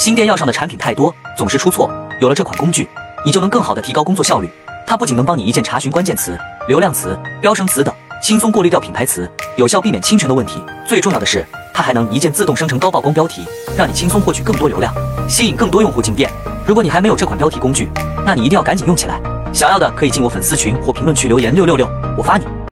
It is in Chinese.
新店要上的产品太多，总是出错。有了这款工具，你就能更好的提高工作效率。它不仅能帮你一键查询关键词、流量词、标声词等，轻松过滤掉品牌词，有效避免侵权的问题。最重要的是，它还能一键自动生成高曝光标题，让你轻松获取更多流量，吸引更多用户进店。如果你还没有这款标题工具，那你一定要赶紧用起来。想要的可以进我粉丝群或评论区留言666，我发你。